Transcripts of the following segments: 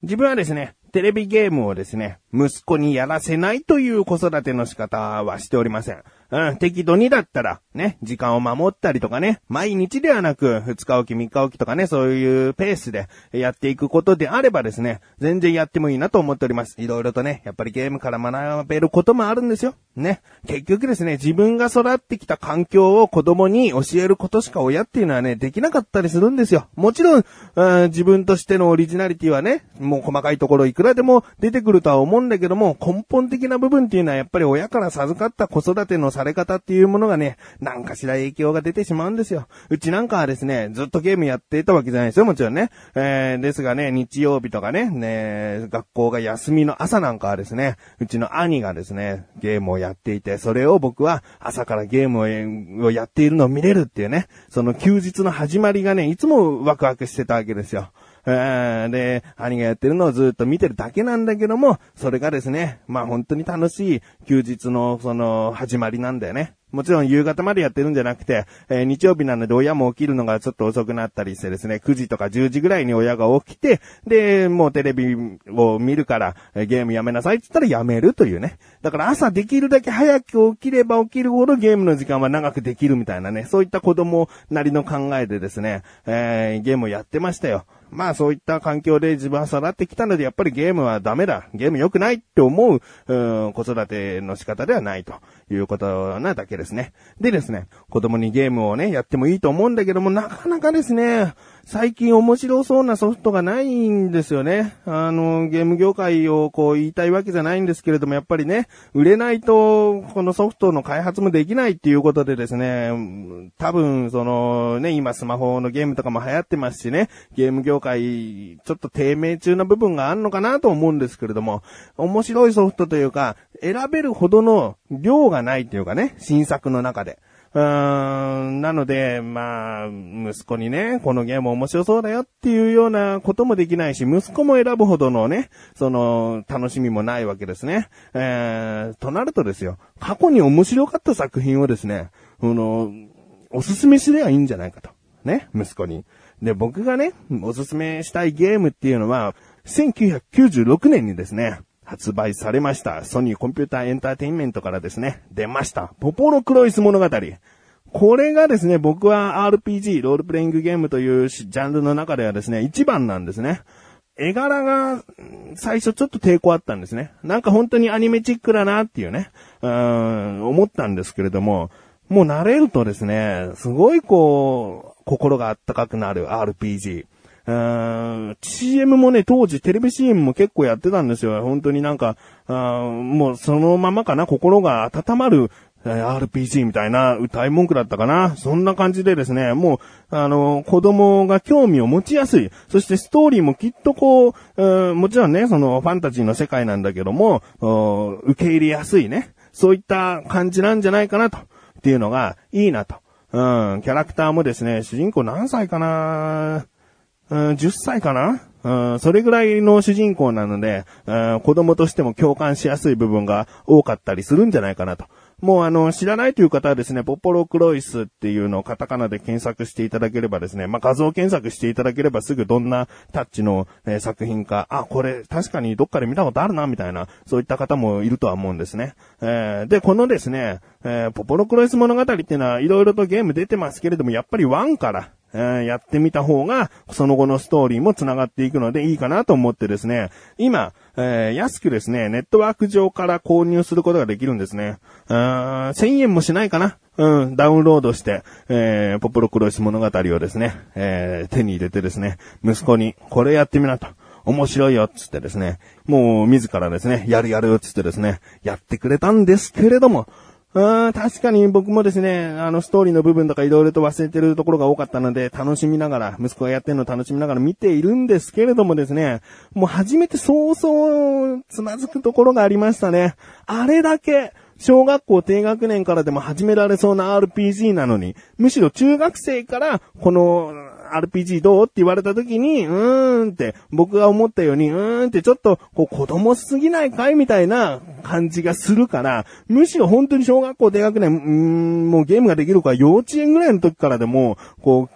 自分はですね、テレビゲームをですね、息子にやらせないという子育ての仕方はしておりません。適度にだったら、ね、時間を守ったりとかね、毎日ではなく、2日おき3日おきとかね、そういうペースでやっていくことであればですね、全然やってもいいなと思っております。いろいろとね、やっぱりゲームから学べることもあるんですよ。ね。結局ですね、自分が育ってきた環境を子供に教えることしか親っていうのはね、できなかったりするんですよ。もちろん、自分としてのオリジナリティはね、もう細かいところいくらでも出てくるとは思うんだけども、根本的な部分っていうのはやっぱり親から授かった子育てのされ方っていうものがね、何かしら影響が出てしまうんですよ。うちなんかはですね、ずっとゲームやっていたわけじゃないですよ、もちろんね。ですがね、日曜日とかね、学校が休みの朝なんかはですね、うちの兄がですね、ゲームをやっていて、それを僕は朝からゲームをやっているのを見れるっていうね、その休日の始まりがね、いつもワクワクしてたわけですよ。で、兄がやってるのをずっと見てるだけなんだけども、それがですね、まあ本当に楽しい休日のその始まりなんだよね。もちろん夕方までやってるんじゃなくて、日曜日なので親も起きるのがちょっと遅くなったりしてですね、9時とか10時ぐらいに親が起きて、で、もうテレビを見るから、ゲームやめなさいって言ったらやめるというね。だから朝できるだけ早く起きれば起きるほどゲームの時間は長くできるみたいなね、そういった子供なりの考えでですね、ゲームをやってましたよ。まあそういった環境で自分は育ってきたので、やっぱりゲームはダメだ、ゲーム良くないって思う、子育ての仕方ではないということなだけですね。でですね、子供にゲームをね、やってもいいと思うんだけども、なかなかですね、最近面白そうなソフトがないんですよね。ゲーム業界をこう言いたいわけじゃないんですけれども、やっぱりね、売れないと、このソフトの開発もできないっていうことでですね、多分、そのね、今スマホのゲームとかも流行ってますしね、ゲーム業界、ちょっと低迷中な部分があるのかなと思うんですけれども、面白いソフトというか、選べるほどの量がないっていうかね、新作の中で。なので、まあ、息子にね、このゲーム面白そうだよっていうようなこともできないし、息子も選ぶほどのね、その、楽しみもないわけですね。となるとですよ、過去に面白かった作品をですね、おすすめすればいいんじゃないかと。ね、息子に。で、僕がね、おすすめしたいゲームっていうのは、1996年にですね、発売されました。ソニーコンピューターエンターテインメントからですね、出ました。ポポロクロイス物語。これがですね、僕は RPG、ロールプレイングゲームというジャンルの中ではですね、一番なんですね。絵柄が最初ちょっと抵抗あったんですね。なんか本当にアニメチックだなっていうね、思ったんですけれども、もう慣れるとですね、すごいこう、心があったかくなる RPG。CM もね、当時テレビ CM も結構やってたんですよ。本当になんか、もうそのままかな、心が温まる、RPG みたいな歌い文句だったかな。そんな感じでですね、もう、子供が興味を持ちやすい。そしてストーリーもきっとこう、もちろんね、そのファンタジーの世界なんだけども、受け入れやすいね。そういった感じなんじゃないかなと。っていうのがいいなと。キャラクターもですね、主人公何歳かな10歳かなそれぐらいの主人公なので、子供としても共感しやすい部分が多かったりするんじゃないかなと。もう知らないという方はですね、ポポロクロイスっていうのをカタカナで検索していただければですね、まあ、画像検索していただければすぐどんなタッチの、作品か、これ確かにどっかで見たことあるな、みたいな、そういった方もいるとは思うんですね。で、このですね、ポポロクロイス物語っていうのはいろいろとゲーム出てますけれども、やっぱり1から、やってみた方が、その後のストーリーも繋がっていくのでいいかなと思ってですね、今、安くですね、ネットワーク上から購入することができるんですね。1000円もしないかな。ダウンロードして、ポポロクロイス物語をですね、手に入れてですね、息子にこれやってみなと。面白いよっつってですね、もう自らですね、やるっつってですね、やってくれたんですけれども、確かに僕もですね、ストーリーの部分とかいろいろと忘れてるところが多かったので、楽しみながら、息子がやってるのを楽しみながら見ているんですけれどもですね、もう初めて早々つまずくところがありましたね。あれだけ、小学校低学年からでも始められそうな RPG なのに、むしろ中学生からこの RPG どうって言われた時に、って僕が思ったように、ってちょっとこう子供すぎないかいみたいな感じがするから、むしろ本当に小学校低学年、もうゲームができるか幼稚園ぐらいの時からでも、こう、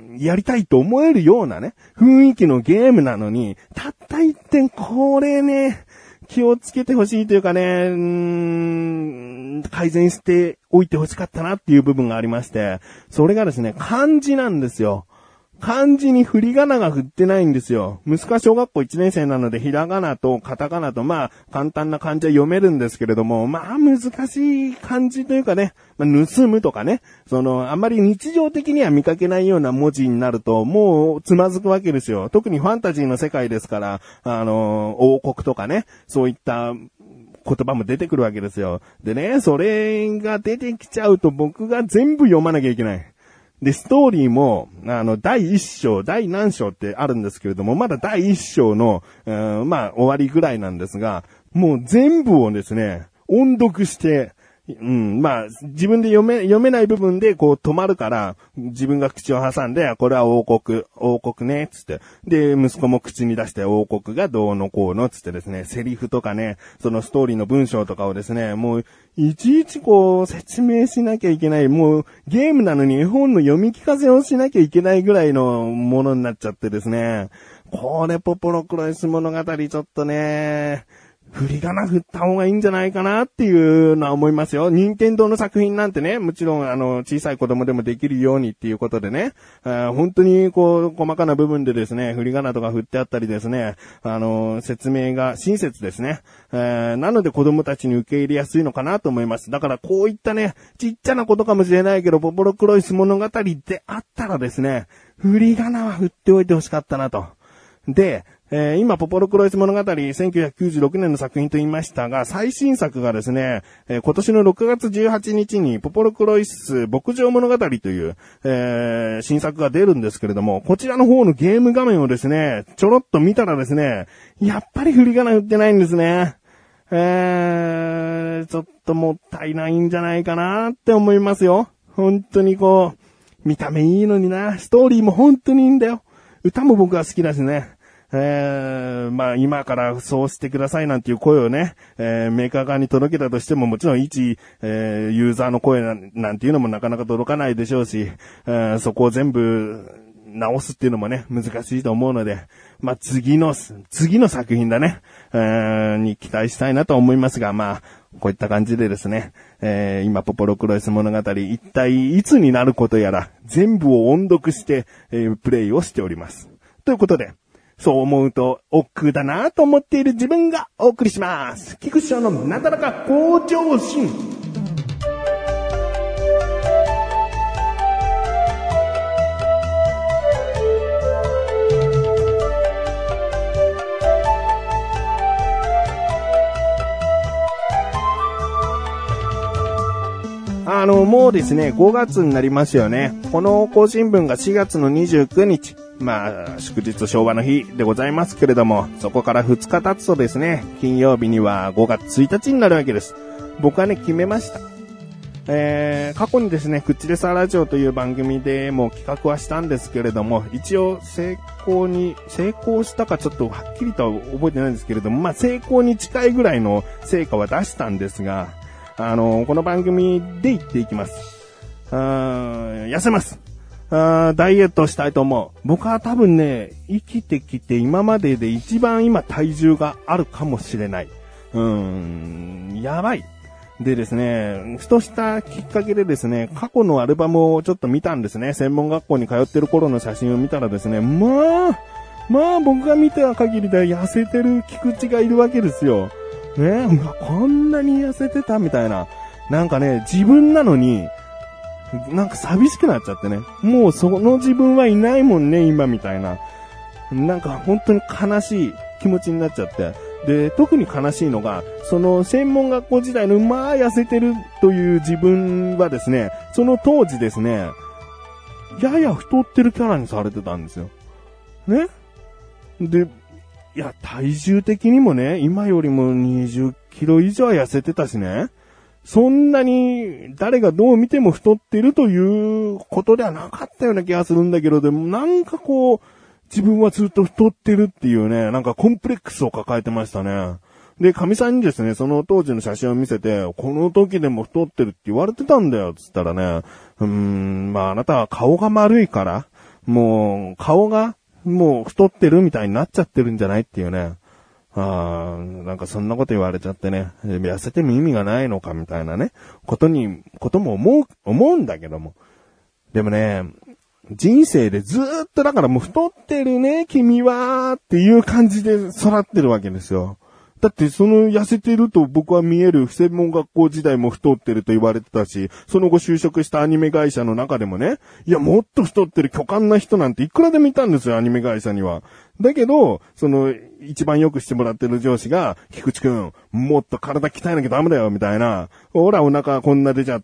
やりたいと思えるようなね、雰囲気のゲームなのに、たった一点これね、気をつけてほしいというかね、改善しておいてほしかったなっていう部分がありまして、それがですね、漢字なんですよ。漢字に振り仮名が振ってないんですよ。息子は小学校1年生なので、ひらがなとカタカナと、簡単な漢字は読めるんですけれども、難しい漢字というかね、盗むとかね、あんまり日常的には見かけないような文字になると、もうつまずくわけですよ。特にファンタジーの世界ですから、王国とかね、そういった言葉も出てくるわけですよ。でね、それが出てきちゃうと僕が全部読まなきゃいけない。で、ストーリーも、第一章、第何章ってあるんですけれども、まだ第一章の、終わりぐらいなんですが、もう全部をですね、音読して、自分で読めない部分でこう止まるから、自分が口を挟んで、これは王国ね、つって。で、息子も口に出して王国がどうのこうの、つってですね、セリフとかね、そのストーリーの文章とかをですね、もう、いちいちこう、説明しなきゃいけない。もう、ゲームなのに絵本の読み聞かせをしなきゃいけないぐらいのものになっちゃってですね、これポポロクロイス物語ちょっとね、振り仮名振った方がいいんじゃないかなっていうのは思いますよ。任天堂の作品なんてね、もちろん小さい子供でもできるようにっていうことでね、本当にこう細かな部分でですね、振り仮名とか振ってあったりですね、説明が親切ですね。なので子供たちに受け入れやすいのかなと思います。だからこういったね、ちっちゃなことかもしれないけど、ポポロクロイス物語であったらですね、振り仮名は振っておいてほしかったなと。で、今、ポポロクロイス物語1996年の作品と言いましたが、最新作がですね、今年の6月18日にポポロクロイス牧場物語という、新作が出るんですけれども、こちらの方のゲーム画面をですね、ちょろっと見たらですね、やっぱり振り仮名打ってないんですね。ちょっともったいないんじゃないかなって思いますよ。本当にこう、見た目いいのにな、ストーリーも本当にいいんだよ。歌も僕は好きだしね。今からそうしてくださいなんていう声をね、メーカー側に届けたとしてももちろん一、ユーザーの声なんていうのもなかなか届かないでしょうし、そこを全部直すっていうのもね、難しいと思うので、次の作品だね、に期待したいなと思いますが、こういった感じでですね、今ポポロクロイス物語一体いつになることやら全部を音読して、プレイをしております。ということで、そう思うと億劫だなと思っている自分がお送りします。菊師匠のなだらか向上心。もうですね、5月になりますよね。この更新分が4月の29日。祝日昭和の日でございますけれども、そこから2日経つとですね、金曜日には5月1日になるわけです。僕はね、決めました。過去にですね、クッチレサラジオという番組でも企画はしたんですけれども、一応成功したかちょっとはっきりとは覚えてないんですけれども、成功に近いぐらいの成果は出したんですが、この番組で言っていきます。痩せます。ダイエットしたいと思う。僕は多分ね、生きてきて今までで一番今体重があるかもしれない。やばい。でですね、ふとしたきっかけでですね、過去のアルバムをちょっと見たんですね。専門学校に通ってる頃の写真を見たらですね、僕が見た限りで痩せてる菊池がいるわけですよ。ね、こんなに痩せてたみたいな。なんかね、自分なのに、なんか寂しくなっちゃってね。もうその自分はいないもんね、今みたいな。なんか本当に悲しい気持ちになっちゃって。で、特に悲しいのが、その専門学校時代の痩せてるという自分はですね、その当時ですね、やや太ってるキャラにされてたんですよ。ね？で、いや、体重的にもね、今よりも20キロ以上痩せてたしね。そんなに誰がどう見ても太ってるということではなかったような気がするんだけど、でもなんかこう、自分はずっと太ってるっていうね、なんかコンプレックスを抱えてましたね。で、神さんにですね、その当時の写真を見せて、この時でも太ってるって言われてたんだよ、つったらね、あなたは顔が丸いから、 もう、顔が、もう太ってるみたいになっちゃってるんじゃないっていうね。なんかそんなこと言われちゃってね、痩せても意味がないのかみたいなね、ことも思うんだけども。でもね、人生でずーっとだからもう太ってるね、君はっていう感じで育ってるわけですよ。だってその痩せてると僕は見える専門学校時代も太ってると言われてたし、その後就職したアニメ会社の中でもね、いやもっと太ってる巨漢な人なんていくらでもいたんですよ、アニメ会社には。だけど、一番よくしてもらってる上司が、菊池くん、もっと体鍛えなきゃダメだよ、みたいな。ほら、お腹こんな出ちゃって、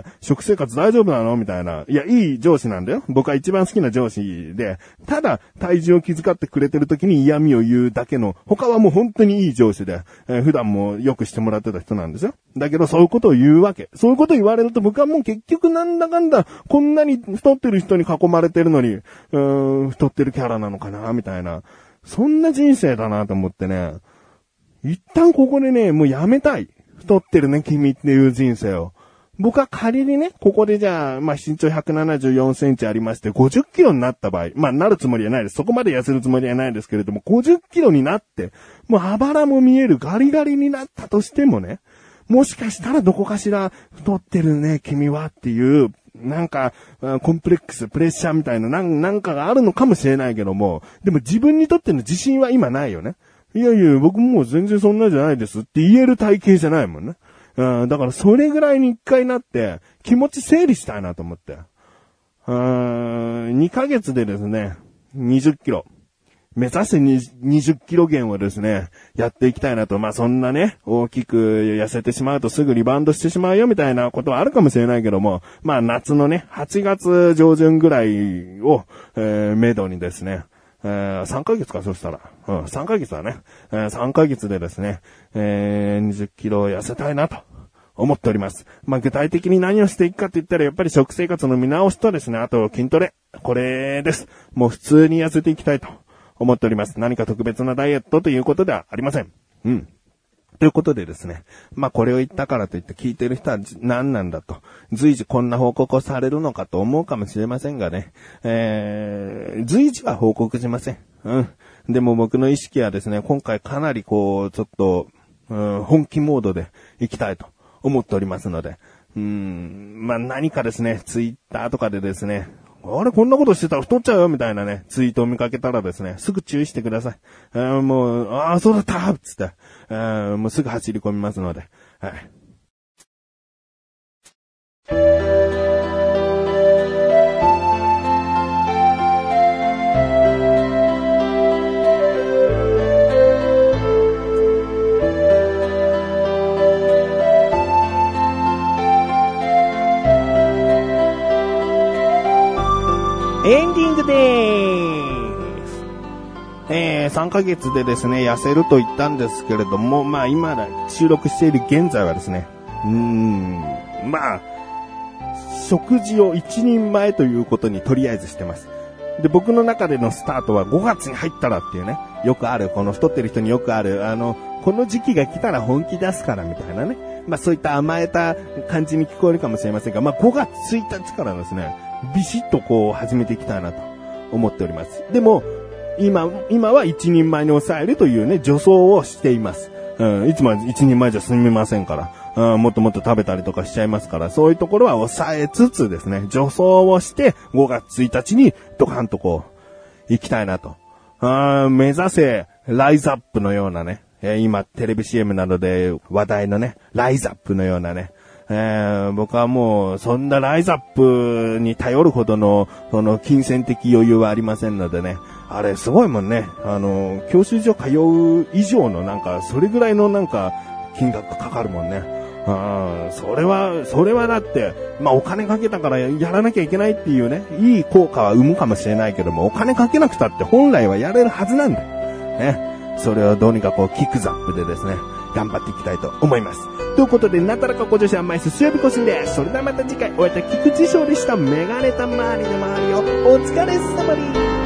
食生活大丈夫なのみたいな。いや、いい上司なんだよ。僕は一番好きな上司で、ただ、体重を気遣ってくれてる時に嫌味を言うだけの、他はもう本当にいい上司で、普段もよくしてもらってた人なんですよ。だけど、そういうことを言うわけ。そういうことを言われると僕はもう結局なんだかんだ、こんなに太ってる人に囲まれてるのに、太ってるキャラなのかな、みたいな。そんな人生だなと思ってね、一旦ここでね、もうやめたい。太ってるね、君っていう人生を。僕は仮にね、ここでじゃあ、身長174センチありまして、50キロになった場合、なるつもりはないです。そこまで痩せるつもりはないですけれども、50キロになって、もうあばらも見えるガリガリになったとしてもね、もしかしたらどこかしら太ってるね、君はっていう、なんか、コンプレックス、プレッシャーみたいな、なんかがあるのかもしれないけども、でも自分にとっての自信は今ないよね。いやいや、僕もう全然そんなじゃないですって言える体型じゃないもんね。だからそれぐらいに一回なって、気持ち整理したいなと思って。2ヶ月でですね、20キロ。目指せ20キロ減をですね、やっていきたいなと。そんなね、大きく痩せてしまうとすぐリバウンドしてしまうよみたいなことはあるかもしれないけども、夏のね、8月上旬ぐらいを、めどにですね、3ヶ月か、そしたら。3ヶ月だね。3ヶ月でですね、20キロ痩せたいなと。思っております。具体的に何をしていくかって言ったら、やっぱり食生活の見直しとですね、あと筋トレ。これです。もう普通に痩せていきたいと思っております。何か特別なダイエットということではありません。ということでですね。これを言ったからといって聞いてる人は何なんだと。随時こんな報告をされるのかと思うかもしれませんがね。随時は報告しません。でも僕の意識はですね、今回かなりちょっと、本気モードで行きたいと思っておりますので。何かですね、ツイッターとかでですね、あれこんなことしてたら太っちゃうよみたいなね、ツイートを見かけたらですね、すぐ注意してください。そうだったつって、もうすぐ走り込みますので、はい。エンディングでーす。3ヶ月でですね、痩せると言ったんですけれども、今収録している現在はですね、食事を一人前ということにとりあえずしてます。で、僕の中でのスタートは5月に入ったらっていうね、よくある、この太ってる人によくある、この時期が来たら本気出すからみたいなね。そういった甘えた感じに聞こえるかもしれませんが、5月1日からですね、ビシッと始めていきたいなと思っております。でも、今は一人前に抑えるというね、助走をしています。いつも一人前じゃ済みませんから、もっともっと食べたりとかしちゃいますから、そういうところは抑えつつですね、助走をして5月1日にドカンと行きたいなと。目指せライズアップのようなね、今テレビ CM などで話題のね、ライズアップのようなね、僕はもうそんなライズアップに頼るほどのその金銭的余裕はありませんのでね。あれすごいもんね。教習所通う以上のそれぐらいの金額かかるもんね。それはだって、お金かけたからやらなきゃいけないっていうね、いい効果は生むかもしれないけども、お金かけなくたって本来はやれるはずなんだよ。ね。それをどうにかキックザップでですね、頑張っていきたいと思います。ということで、なたらかご女子甘いすすよびこしんです。それではまた次回、お会いいた菊池翔でした。メガネたまわりの周りをお疲れ様に。